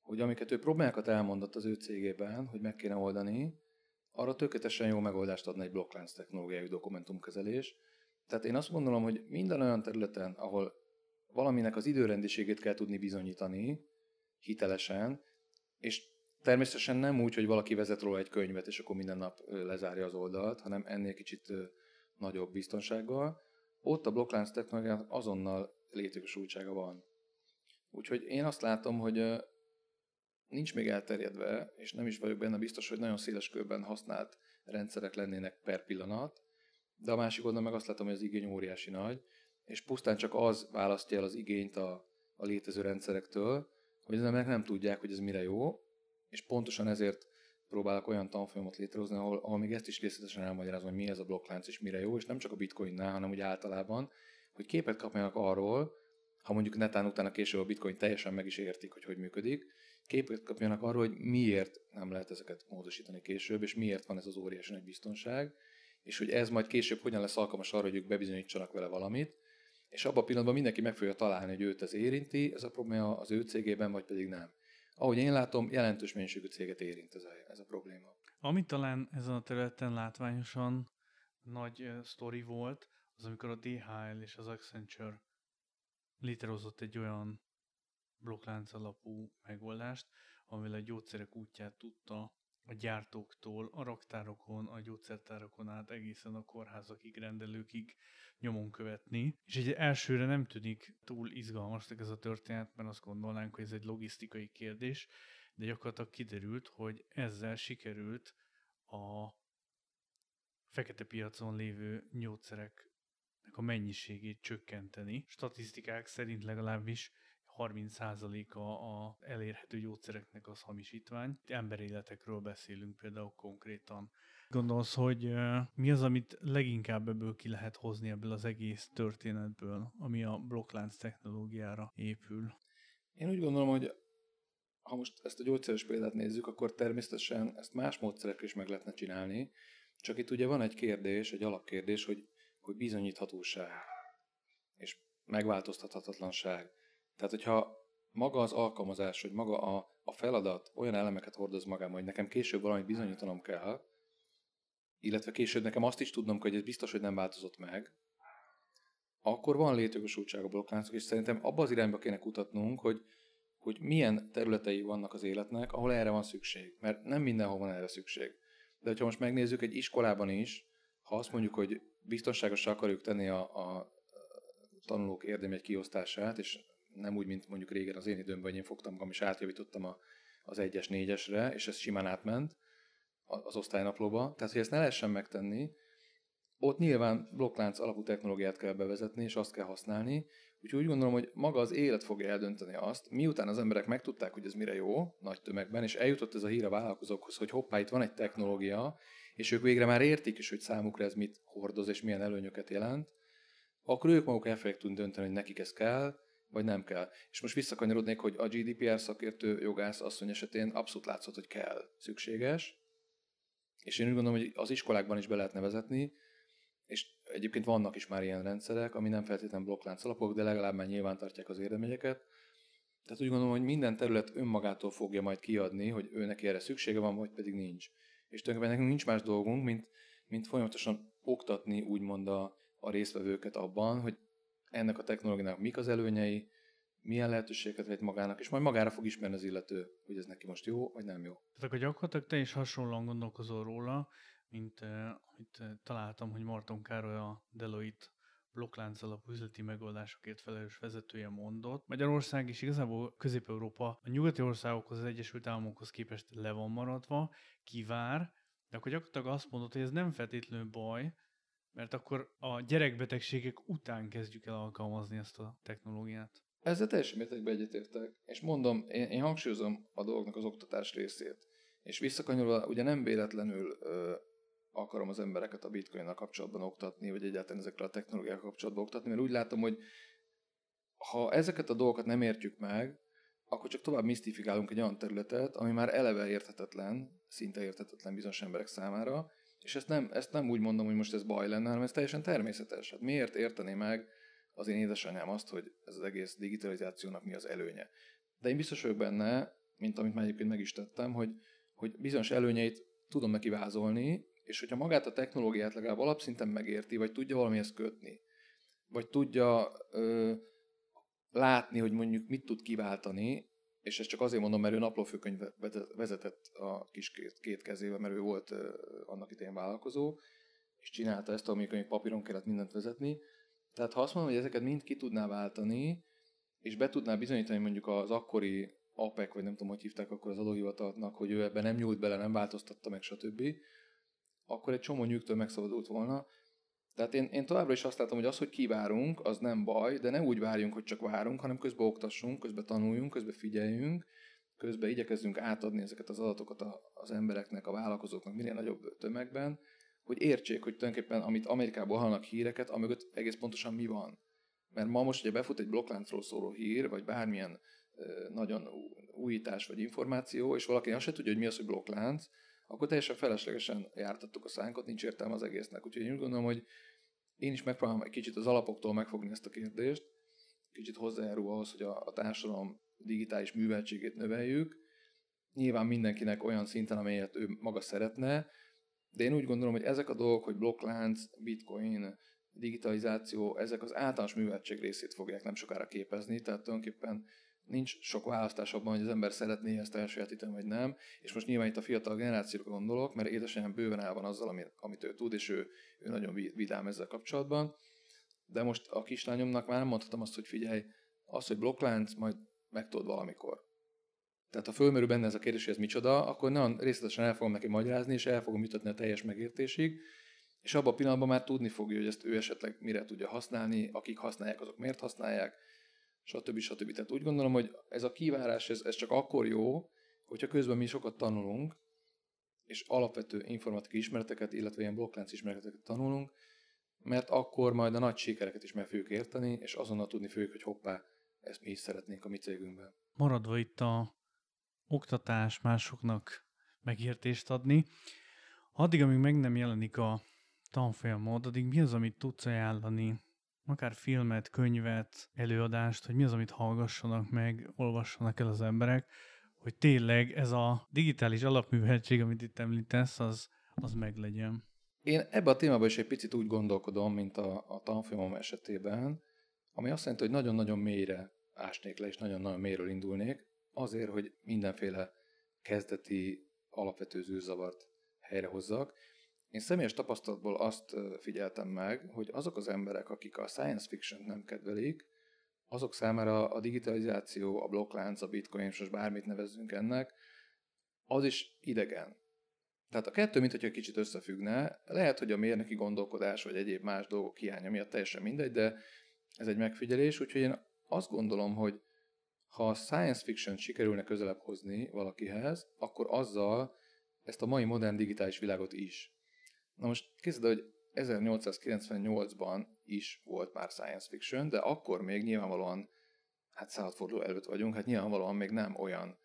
Speaker 3: hogy amiket ő problémákat elmondott az ő cégében, hogy meg kéne oldani, arra tökéletesen jó megoldást adna egy blokklánc technológiájú dokumentumkezelés. Tehát én azt gondolom, hogy minden olyan területen, ahol valaminek az időrendiségét kell tudni bizonyítani, hitelesen, és természetesen nem úgy, hogy valaki vezet róla egy könyvet, és akkor minden nap lezárja az oldalt, hanem ennél kicsit nagyobb biztonsággal. Ott a blokklánc technológiának azonnal létjogosultsága van. Úgyhogy én azt látom, hogy nincs még elterjedve, és nem is vagyok benne biztos, hogy nagyon széles körben használt rendszerek lennének per pillanat, de a másik oldalon meg azt látom, hogy az igény óriási nagy, és pusztán csak az választja el az igényt a létező rendszerektől, hogy az emberek nem tudják, hogy ez mire jó, és pontosan ezért próbálok olyan tanfolyamot létrehozni, ahol még ezt is részletesen elmagyarázom, hogy mi ez a blokklánc és mire jó, és nem csak a bitcoinnál, hanem úgy általában, hogy képet kapjanak arról, ha mondjuk netán utána később a bitcoin teljesen meg is értik, hogy működik, képet kapjanak arról, hogy miért nem lehet ezeket módosítani később, és miért van ez az óriási nagy biztonság, és hogy ez majd később hogyan lesz alkalmas arra, hogy ők bebizonyítsanak vele valamit, és abban a pillanatban mindenki meg fogja találni, hogy őt ez érinti, ez a probléma az ő cégében, vagy pedig nem. Ahogy én látom, jelentős mennyiségű céget érint ez a probléma.
Speaker 2: Ami talán ezen a területen látványosan nagy sztori volt, az amikor a DHL és az Accenture létrehozott egy olyan blokklánc alapú megoldást, amivel a gyógyszerek útját tudta a gyártóktól, a raktárokon, a gyógyszertárakon át egészen a kórházakig, rendelőkig nyomon követni. És egy elsőre nem tűnik túl izgalmasnak ez a történet, mert azt gondolnánk, hogy ez egy logisztikai kérdés, de gyakorlatilag kiderült, hogy ezzel sikerült a fekete piacon lévő gyógyszereknek a mennyiségét csökkenteni. Statisztikák szerint legalábbis 30%-a a elérhető gyógyszereknek az hamisítvány. Emberéletekről beszélünk például konkrétan. Gondolsz, hogy mi az, amit leginkább ebből ki lehet hozni ebből az egész történetből, ami a blokklánc technológiára épül?
Speaker 3: Én úgy gondolom, hogy ha most ezt a gyógyszeres példát nézzük, akkor természetesen ezt más módszerekkel is meg lehetne csinálni, csak itt ugye van egy kérdés, egy alapkérdés, hogy bizonyíthatóság és megváltoztathatatlanság. Tehát, hogyha maga az alkalmazás, hogy maga a feladat olyan elemeket hordoz magában, hogy nekem később valamit bizonyítanom kell, illetve később nekem azt is tudnom, hogy ez biztos, hogy nem változott meg, akkor van létjogosultság a blokkláncok, és szerintem abba az irányba kéne kutatnunk, hogy milyen területei vannak az életnek, ahol erre van szükség. Mert nem mindenhol van erre szükség. De ha most megnézzük egy iskolában is, ha azt mondjuk, hogy biztonságosra akarjuk tenni a tanulók érdemi kiosztását, és nem úgy, mint mondjuk régen az én időmben, hogy én fogtam magam és átjavítottam az 1-es, 4-esre, és ez simán átment az osztálynaplóba. Tehát, hogy ezt ne lehessen megtenni, ott nyilván blokklánc alapú technológiát kell bevezetni, és azt kell használni. Úgyhogy úgy gondolom, hogy maga az élet fogja eldönteni azt, miután az emberek megtudták, hogy ez mire jó, nagy tömegben, és eljutott ez a hír a vállalkozókhoz, hogy hoppá, itt van egy technológia, és ők végre már értik is, hogy számukra ez mit hordoz, és milyen előnyöket jelent, akkor ők maguk el fogják tudni dönteni, hogy nekik ez kell, vagy nem kell. És most visszakanyarodnék, hogy a GDPR szakértő jogász asszony esetén abszolút látszott, hogy kell, szükséges, és én úgy gondolom, hogy az iskolákban is be lehetne vezetni, és egyébként vannak is már ilyen rendszerek, ami nem feltétlenül blokklánc alapok, de legalább már nyilván tartják az érdemegyeket. Tehát úgy gondolom, hogy minden terület önmagától fogja majd kiadni, hogy ő neki erre szüksége van, vagy pedig nincs. És tulajdonképpen nekünk nincs más dolgunk, mint folyamatosan oktatni úgymond a résztvevőket abban, hogy ennek a technológiának mik az előnyei, milyen lehetőségeket vett magának, és majd magára fog ismerni az illető, hogy ez neki most jó, vagy nem jó.
Speaker 2: Tehát akkor gyakorlatilag te is hasonlóan gondolkozol róla, mint itt találtam, hogy Marton Károly a Deloitte blokklánc alapú üzleti megoldásokért felelős vezetője mondott. Magyarország és igazából Közép-Európa a nyugati országokhoz, az Egyesült Államokhoz képest le van maradva, kivár, de akkor gyakorlatilag azt mondod, hogy ez nem feltétlenül baj, mert akkor a gyerekbetegségek után kezdjük el alkalmazni ezt a technológiát.
Speaker 3: Ezzel teljesen mértékben egyetértek. És mondom, én hangsúlyozom a dolgoknak az oktatás részét. És visszakanyarodva, ugye nem véletlenül akarom az embereket a bitcoinnal kapcsolatban oktatni, vagy egyáltalán ezekkel a technológiákkal kapcsolatban oktatni, mert úgy látom, hogy ha ezeket a dolgokat nem értjük meg, akkor csak tovább misztifikálunk egy olyan területet, ami már eleve érthetetlen, szinte érthetetlen bizonyos emberek számára, és ezt nem úgy mondom, hogy most ez baj lenne, hanem ez teljesen természetes. Hát miért értené meg az én édesanyám azt, hogy ez az egész digitalizációnak mi az előnye? De én biztos vagyok benne, mint amit már egyébként meg is tettem, hogy bizonyos előnyeit tudom neki vázolni, és hogyha magát a technológiát legalább alapszinten megérti, vagy tudja valamihez kötni, vagy tudja látni, hogy mondjuk mit tud kiváltani, és ezt csak azért mondom, mert ő naplófőkönyvet vezetett a kis két kezével, mert ő volt annak idején vállalkozó, és csinálta ezt, amikor még papíron kellett mindent vezetni. Tehát ha azt mondom, hogy ezeket mind ki tudná váltani, és be tudná bizonyítani mondjuk az akkori APEC, vagy nem tudom, hogy hívták akkor az adóhivatalnak, hogy ő ebben nem nyúlt bele, nem változtatta meg, stb., akkor egy csomó nyugtől megszabadult volna. Tehát én továbbra is azt látom, hogy az, hogy kivárunk, az nem baj, de ne úgy várjunk, hogy csak várunk, hanem közben oktassunk, közben tanuljunk, közben figyeljünk, közben igyekezzünk átadni ezeket az adatokat az embereknek, a vállalkozóknak minél nagyobb tömegben, hogy értsék, hogy tulajdonképpen amit Amerikából hallanak híreket, amögött egész pontosan mi van. Mert ma most, hogyha befut egy blokkláncról szóló hír, vagy bármilyen nagyon újítás vagy információ, és valaki azt se tudja, hogy mi az, hogy blokklánc, akkor teljesen feleslegesen jártattuk a szánkat, nincs értelme az egésznek. Úgyhogy én úgy gondolom, hogy én is megpróbálom egy kicsit az alapoktól megfogni ezt a kérdést, kicsit hozzájárul ahhoz, hogy a társadalom digitális műveltségét növeljük. Nyilván mindenkinek olyan szinten, amelyet ő maga szeretne, de én úgy gondolom, hogy ezek a dolgok, hogy blokklánc, bitcoin, digitalizáció, ezek az általános műveltség részét fogják nem sokára képezni, tehát tulajdonképpen nincs sok választás abban, hogy az ember szeretné ezt elsajátítani, vagy nem. És most nyilván itt a fiatal generációra gondolok, mert édesanyám bőven el van azzal, amit ő tud, és ő nagyon vidám ezzel kapcsolatban. De most a kislányomnak már nem mondhatom azt, hogy figyelj, az, hogy blokklánc, majd megtudod valamikor. Tehát ha fölmerül benne ez a kérdés, hogy ez micsoda, akkor nagyon részletesen el fogom neki magyarázni, és el fogom jutatni a teljes megértésig, és abban a pillanatban már tudni fogja, hogy ezt ő esetleg mire tudja használni, akik használják, azok miért használják, stb. Tehát úgy gondolom, hogy ez a kivárás, ez csak akkor jó, hogyha közben mi sokat tanulunk, és alapvető informatikai ismereteket, illetve ilyen blokklánc ismereteket tanulunk, mert akkor majd a nagy sikereket is meg fogjuk érteni, és azonnal tudni fogjuk, hogy hoppá, ezt mi is szeretnénk a mi cégünkben.
Speaker 2: Maradva itt a oktatás, másoknak megértést adni, addig, amíg meg nem jelenik a tanfolyamod, addig mi az, amit tudsz ajánlani, akár filmet, könyvet, előadást, hogy mi az, amit hallgassanak meg, olvassanak el az emberek, hogy tényleg ez a digitális alapműveltség, amit itt említesz, az meglegyen.
Speaker 3: Én ebben a témában is egy picit úgy gondolkodom, mint a tanfolyamom esetében, ami azt jelenti, hogy nagyon-nagyon mélyre ásnék le, és nagyon-nagyon mélyről indulnék, azért, hogy mindenféle kezdeti, alapvető zűrzavart helyrehozzak. Én személyes tapasztalatból azt figyeltem meg, hogy azok az emberek, akik a science fiction-t nem kedvelik, azok számára a digitalizáció, a blokklánc, a bitcoin, és most bármit nevezzünk ennek, az is idegen. Tehát a kettő, mint hogyha kicsit összefüggne, lehet, hogy a mérnöki gondolkodás, vagy egyéb más dolgok hiánya miatt teljesen mindegy, de ez egy megfigyelés, úgyhogy én azt gondolom, hogy ha a science fiction sikerülne közelebb hozni valakihez, akkor azzal ezt a mai modern digitális világot is. Na most képzeld, hogy 1898-ban is volt már science fiction, de akkor még nyilvánvalóan, hát századforduló előtt vagyunk, hát nyilvánvalóan még nem olyan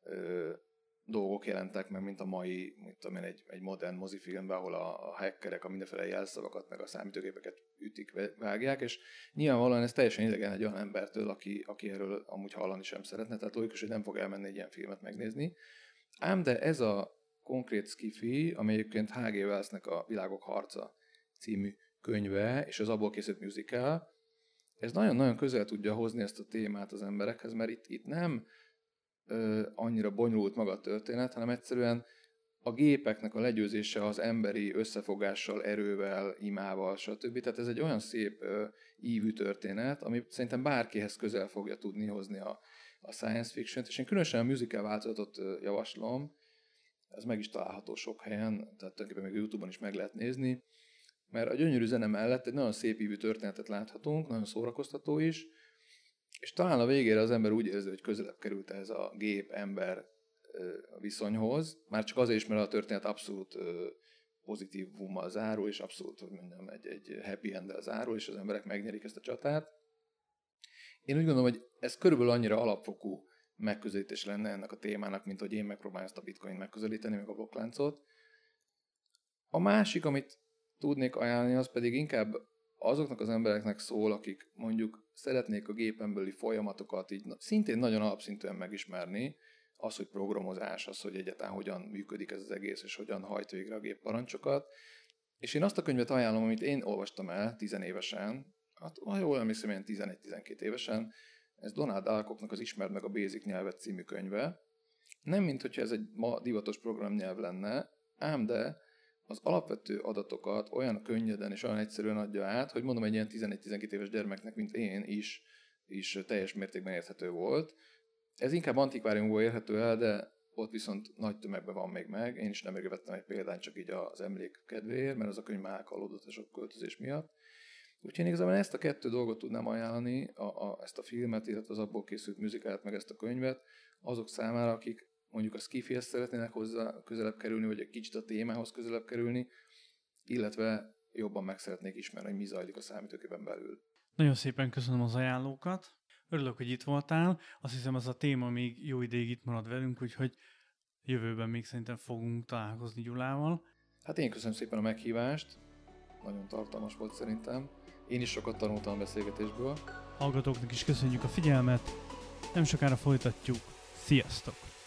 Speaker 3: dolgok jelentek meg, mint a mai, mint tudom én, egy modern mozifilmben, ahol a hackerek a mindenféle jelszavakat, meg a számítógépeket ütik, vágják, és nyilvánvalóan ez teljesen idegen egy olyan embertől, aki erről amúgy hallani sem szeretne, tehát logikus, hogy nem fog elmenni egy ilyen filmet megnézni. Ám de ez a konkrét sci-fi, ami egyébként H.G. Wellsnek a Világok harca című könyve, és az abból készült musical, ez nagyon-nagyon közel tudja hozni ezt a témát az emberekhez, mert itt nem annyira bonyolult maga a történet, hanem egyszerűen a gépeknek a legyőzése az emberi összefogással, erővel, imával, stb. Tehát ez egy olyan szép ívű történet, ami szerintem bárkihez közel fogja tudni hozni a science fiction-t, és én különösen a musical változatot javaslom, ez meg is található sok helyen, tehát tulajdonképpen még YouTube-on is meg lehet nézni, mert a gyönyörű zene mellett egy nagyon szép ívű történetet láthatunk, nagyon szórakoztató is, és talán a végére az ember úgy érzi, hogy közelebb került ez a gép-ember viszonyhoz, már csak azért is, mert a történet abszolút pozitívummal zárul, és abszolút, hogy mondjam, egy happy end-el zárul, és az emberek megnyerik ezt a csatát. Én úgy gondolom, hogy ez körülbelül annyira alapfokú megközelítés lenne ennek a témának, mint hogy én megpróbálom ezt a bitcoin megközelíteni, meg a blokkláncot. A másik, amit tudnék ajánlani, az pedig inkább azoknak az embereknek szól, akik mondjuk szeretnék a gépen belüli folyamatokat így szintén nagyon alapszintűen megismerni, az, hogy programozás, az, hogy egyáltalán hogyan működik ez az egész, és hogyan hajt végre a gép parancsokat. És én azt a könyvet ajánlom, amit én olvastam el 10 évesen, hát ha jól emlékszem, ilyen 11-12 évesen, ez Donald Alcocknak az Ismerd meg a Basic nyelvet című könyve. Nem mint hogyha ez egy ma divatos programnyelv lenne, ám de az alapvető adatokat olyan könnyeden és olyan egyszerűen adja át, hogy mondom, egy ilyen 11-12 éves gyermeknek, mint én is teljes mértékben érthető volt. Ez inkább antikváriumból érhető el, de ott viszont nagy tömegben van még meg. Én is nemrég vettem egy példányt csak így az emlék kedvéért, mert az a könyv már elkalódott a sok költözés miatt. Úgyhogy én igazából ezt a 2 dolgot tudnám ajánlani, ezt a filmet, illetve az abból készült műzikát, meg ezt a könyvet, azok számára, akik mondjuk a skifihez szeretnének hozzá közelebb kerülni, vagy egy kicsit a témához közelebb kerülni, illetve jobban meg szeretnék ismerni, hogy mi zajlik a számítógépen belül.
Speaker 2: Nagyon szépen köszönöm az ajánlókat. Örülök, hogy itt voltál. Azt hiszem, ez a téma még jó ideig itt marad velünk, úgyhogy jövőben még szerintem fogunk találkozni Gyulával.
Speaker 3: Hát én köszönöm szépen a meghívást. Nagyon tartalmas volt szerintem. Én is sokat tanultam a beszélgetésből.
Speaker 2: Hallgatóknak is köszönjük a figyelmet. Nem sokára folytatjuk. Sziasztok!